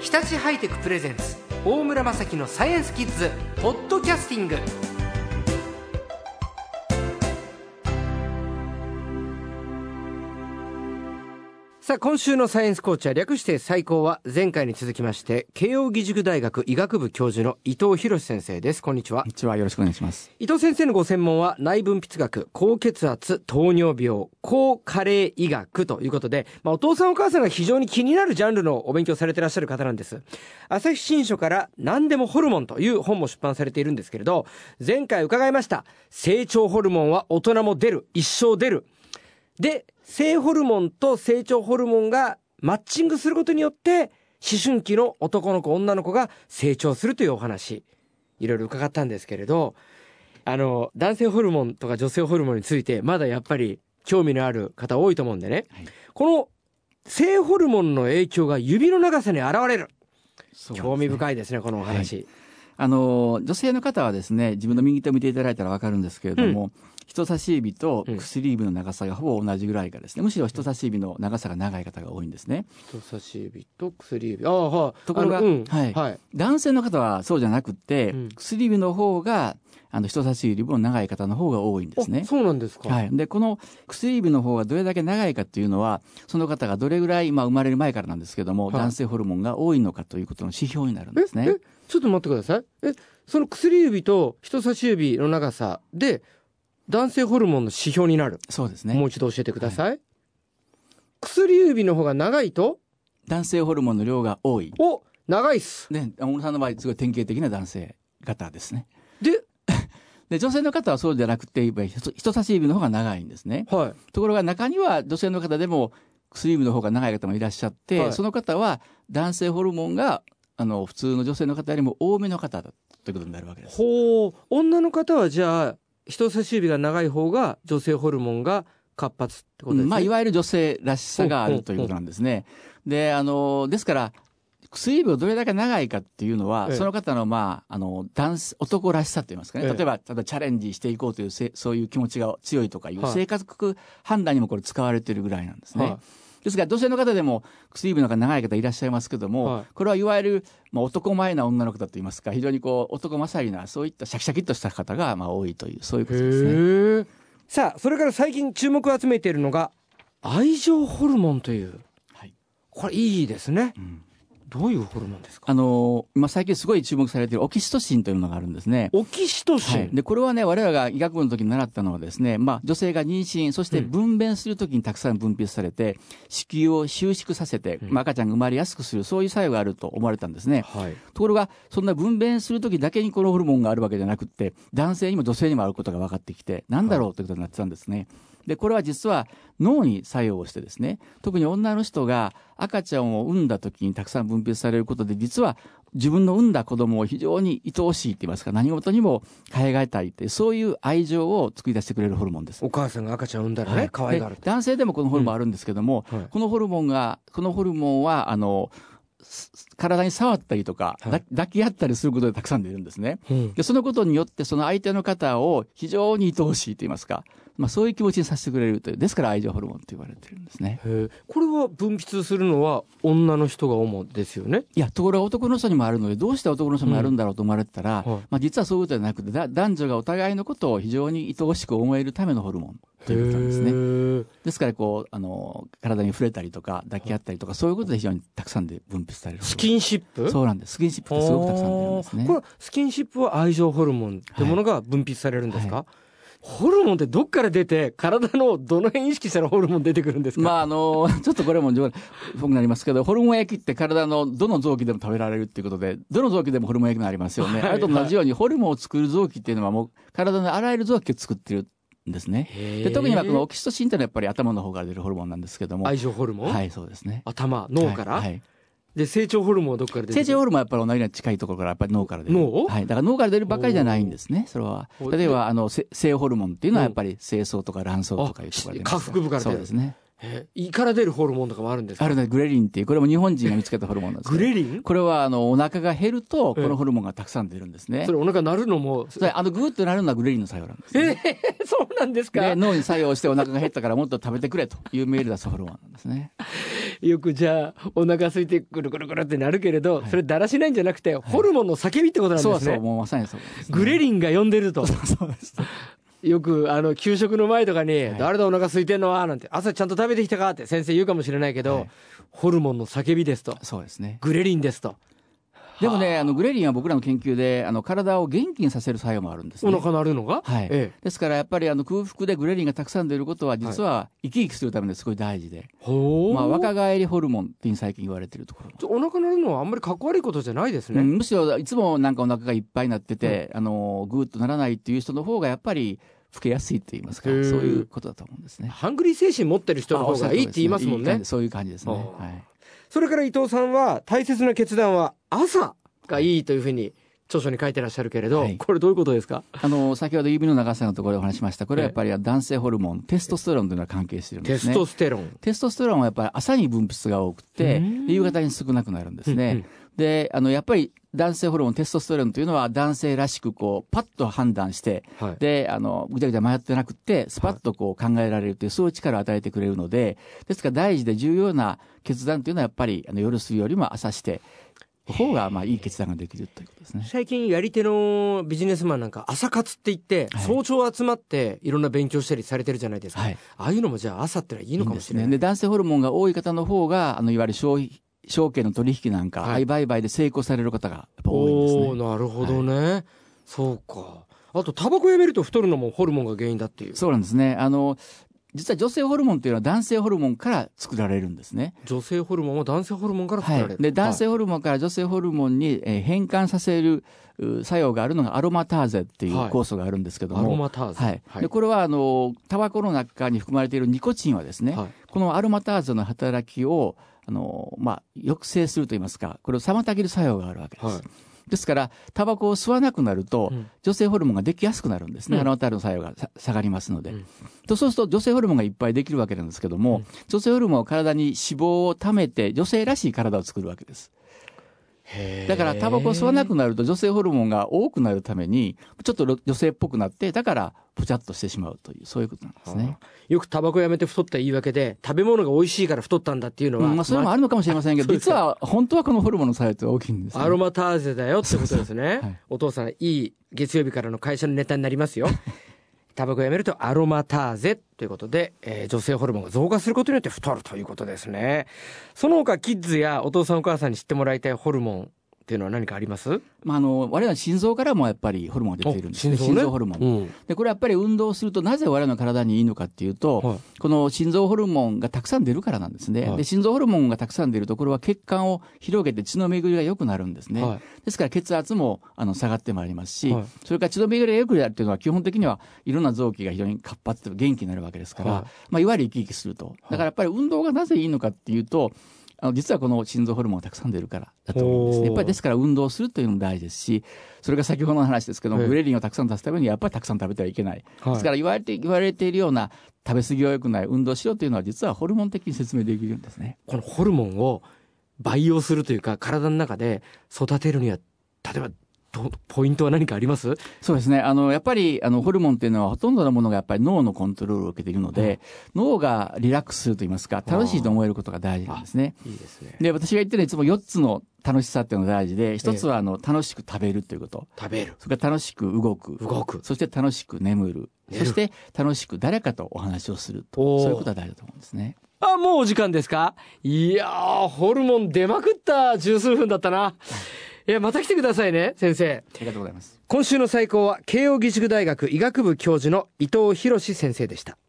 日立ハイテクプレゼンツ大村雅樹のサイエンスキッズポッドキャスティング。さあ、今週のサイエンスコーチャー、略して最高は、前回に続きまして慶應義塾大学医学部教授の伊藤博先生です。こんにちは。 こんにちは、よろしくお願いします。 伊藤先生のご専門は内分泌学、高血圧、糖尿病、高加齢医学ということで、お父さんお母さんが非常に気になるジャンルのお勉強されていらっしゃる方なんです。朝日新書から何でもホルモンという本も出版されているんですけれど、前回伺いました。成長ホルモンは大人も出る、一生出るで、性ホルモンと成長ホルモンがマッチングすることによって思春期の男の子女の子が成長するというお話、いろいろ伺ったんですけれど、男性ホルモンとか女性ホルモンについてまだやっぱり興味のある方多いと思うんでね、はい、この性ホルモンの影響が指の長さに現れる、興味深いですね、このお話。 はい、女性の方はですね、自分の右手を見ていただいたら分かるんですけれども、人差し指と薬指の長さがほぼ同じぐらいかですね、むしろ人差し指の長さが長い方が多いんですね。 人差し指と薬指、ところが、男性の方はそうじゃなくて、薬指の方が人差し指の長い方の方が多いんですね。 そうなんですか。 はい。で、この薬指の方がどれだけ長いかというのは、その方がどれぐらい、生まれる前からなんですけども、男性ホルモンが多いのかということの指標になるんですね。 ちょっと待ってください。その薬指と人差し指の長さで男性ホルモンの指標になる。 そうですね。 もう一度教えてください。はい、薬指の方が長いと男性ホルモンの量が多い。 長いっすね。小野さんの場合すごい典型的な男性型ですね。 で女性の方はそうじゃなくて人差し指の方が長いんですね。 はい。 ところが中には女性の方でも薬指の方が長い方もいらっしゃって、はい、その方は男性ホルモンが普通の女性の方よりも多めの方だということになるわけです。 女の方はじゃあ人差し指が長い方が女性ホルモンが活発ってことですね。 いわゆる女性らしさがあるということなんですね。で、ですから薬指をどれだけ長いかっていうのは、その方の男らしさといいますかね、例えばチャレンジしていこうというそういう気持ちが強いとかいう性格判断にもこれ使われているぐらいなんですね。ですから女性の方でも薬指の方が長い方いらっしゃいますけども、これはいわゆる、男前な女の方といいますか、非常に男勝りなそういったシャキシャキっとした方が多いという、そういうことですね。 さあ、それから最近注目を集めているのが愛情ホルモンという、これいいですね。どういうホルモンですか？ 最近すごい注目されているオキシトシンというのがあるんですね。 オキシトシン、 でこれはね、我々が医学部の時に習ったのはですね、女性が妊娠、そして分娩する時にたくさん分泌されて、子宮を収縮させて、赤ちゃんが生まれやすくする、そういう作用があると思われたんですね。ところがそんな分娩する時だけにこのホルモンがあるわけじゃなくって、男性にも女性にもあることが分かってきて、なんだろうということになってたんですね。でこれは実は脳に作用をしてですね、特に女の人が赤ちゃんを産んだ時にたくさん分泌されることで、実は自分の産んだ子供を非常に愛おしいと言いますか、何事にも可愛がりたいって、そういう愛情を作り出してくれるホルモンです。 お母さんが赤ちゃんを産んだらね、可愛がる。 男性でもこのホルモンあるんですけども、このホルモンは体に触ったりとか、抱き合ったりすることでたくさん出るんですね。でそのことによってその相手の方を非常に愛おしいと言いますか、そういう気持ちにさせてくれるという、ですから愛情ホルモンと言われてるんですね。 これは分泌するのは女の人が主ですよね。 いや、ところが男の人にもあるので、どうして男の人もあるんだろうと思われてたら、実はそういうことじゃなくて、男女がお互いのことを非常に愛おしく思えるためのホルモンということなんですね。ですから体に触れたりとか抱き合ったりとか、そういうことで非常にたくさんで分泌される。 スキンシップ？ そうなんです。スキンシップってすごくたくさん出るんですね。 これスキンシップは愛情ホルモンってものが分泌されるんですか？ホルモンってどっから出て、体のどの辺意識したらホルモン出てくるんですか？ ちょっとこれも僕になりますけど、ホルモン焼きって体のどの臓器でも食べられるっていうことで、どの臓器でもホルモン焼きがありますよね。あれと同じようにホルモンを作る臓器っていうのはもう体のあらゆる臓器を作ってるんですね。で特にこのオキシトシンっていうのはやっぱり頭の方から出るホルモンなんですけども。 愛情ホルモン？ はい、そうですね。 脳から？で成長ホルモンはどっから出る？ 成長ホルモンはやっぱり同じように近いところからやっぱり脳から出る。 脳？ だから脳から出るばっかりじゃないんですね。それは例えば性ホルモンっていうのはやっぱり精巣とか卵巣とかいうところで、 下腹部から出る。 そうですね。 胃から出るホルモンとかもあるんですか？ あるね、グレリンっていう、これも日本人が見つけたホルモンなんですけど。 グレリン？ これはお腹が減るとこのホルモンがたくさん出るんですね。 それお腹鳴るのもそれグーッとなるのはグレリンの作用なんですね。 そうなんですか？ で脳に作用してお腹が減ったからもっと食べてくれというメール出すホルモンなんですね。 よくじゃあお腹空いてくるくるくるってなるけれど、それだらしないんじゃなくて、ホルモンの叫びってことなんですね。 そうそう、もうまさにそうですね。 グレリンが呼んでると。 そうです。 よく給食の前とかに、誰だお腹空いてんのはなんて、朝ちゃんと食べてきたかって先生言うかもしれないけど、ホルモンの叫びですと。 そうですね。 グレリンですと。 でもね、グレリンは僕らの研究で体を元気にさせる作用もあるんですね。 お腹鳴るのが、 はい。ですからやっぱり空腹でグレリンがたくさん出ることは実は生き生きするためにすごい大事で、若返りホルモンって最近言われてるところ。 お腹鳴るのはあんまりかっこ悪いことじゃないですね。 むしろいつもなんかお腹がいっぱいになってて、ぐーっとならないっていう人の方がやっぱり老けやすいって言いますか、そういうことだと思うんですね。 ハングリー精神持ってる人の方がいいって言いますもんね。 そういう感じですね。はい。 それから伊藤さんは大切な決断は朝がいいというふうに著書に書いてらっしゃるけれど、これどういうことですか？ 先ほど指の長さのところでお話しました。これはやっぱり男性ホルモン、テストステロンというのが関係しているんですね。 テストステロン。 テストステロンはやっぱり朝に分泌が多くて、夕方に少なくなるんですね。で、やっぱり男性ホルモン、テストステロンというのは男性らしくパッと判断して、で、ぐちゃぐちゃ迷ってなくて、スパッと考えられるという、そういう力を与えてくれるので、ですから大事で重要な決断というのはやっぱり夜するよりも朝して、方がいい決断ができるということですね。 最近やり手のビジネスマンなんか朝活って言って、早朝集まっていろんな勉強したりされてるじゃないですか。ああいうのもじゃあ朝ってのはいいのかもしれない。 で、男性ホルモンが多い方の方がいわゆる証券の取引なんか、相売買で成功される方がやっぱ多いんですね。 なるほどね。そうか。あとタバコやめると太るのもホルモンが原因だっていう。 そうなんですね。実は女性ホルモンというのは男性ホルモンから作られるんですね。 女性ホルモンは男性ホルモンから作られる。 で、男性ホルモンから女性ホルモンに変換させる作用があるのがアロマターゼっていう酵素があるんですけども、 アロマターゼ。 でこれはタバコの中に含まれているニコチンはですね、このアロマターゼの働きを抑制するといいますか、これを妨げる作用があるわけです。ですからタバコを吸わなくなると、女性ホルモンができやすくなるんですね。アロマターゼの作用が下がりますので、そうすると女性ホルモンがいっぱいできるわけなんですけども、女性ホルモンは体に脂肪をためて女性らしい体を作るわけです。だからタバコを吸わなくなると女性ホルモンが多くなるためにちょっと女性っぽくなって、だからポチャッとしてしまうという、そういうことなんですね。 よくタバコやめて太った言い訳で、食べ物が美味しいから太ったんだっていうのは、 それもあるのかもしれませんけど、実は本当はこのホルモンの作用って大きいんですね。 アロマターゼだよってことですね。お父さん、いい月曜日からの会社のネタになりますよ。タバコやめるとアロマターゼということで、女性ホルモンが増加することによって太るということですね。その他キッズやお父さんお母さんに知ってもらいたいホルモンっていうのは何かあります？我 々心臓からもやっぱりホルモンが出ているんですね。心臓ホルモン、でこれやっぱり運動するとなぜ我々の体にいいのかっていうと、この心臓ホルモンがたくさん出るからなんですね。で心臓ホルモンがたくさん出ると、これは血管を広げて血の巡りが良くなるんですね。ですから血圧も下がってまいりますし、それから血の巡りが良くなるっていうのは基本的にはいろんな臓器が非常に活発で元気になるわけですから、いわゆる生き生きすると。だからやっぱり運動がなぜいいのかっていうと、実はこの心臓ホルモンがたくさん出るからだと思うんですね。やっぱりですから運動するというのも大事ですし、それが先ほどの話ですけども、グレリンをたくさん出すためにやっぱりたくさん食べてはいけない。ですから言われているような食べ過ぎは良くない、運動しろというのは実はホルモン的に説明できるんですね。 このホルモンを培養するというか、体の中で育てるには、例えばポイントは何かあります？ そうですね。やっぱりホルモンっていうのはほとんどのものがやっぱり脳のコントロールを受けているので、脳がリラックスすると言いますか、楽しいと思えることが大事なんですね。 いいですね。 で、私が言ってるのはいつも4つの楽しさっていうのが大事で、1つは楽しく食べるということ。 食べる。 それから楽しく動く。そして楽しく眠る。そして楽しく誰かとお話をすると。そういうことが大事だと思うんですね。 もうお時間ですか？いやー、ホルモン出まくった十数分だったな。また来てくださいね、先生。 ありがとうございます。 今週の最高は慶應義塾大学医学部教授の伊藤博先生でした。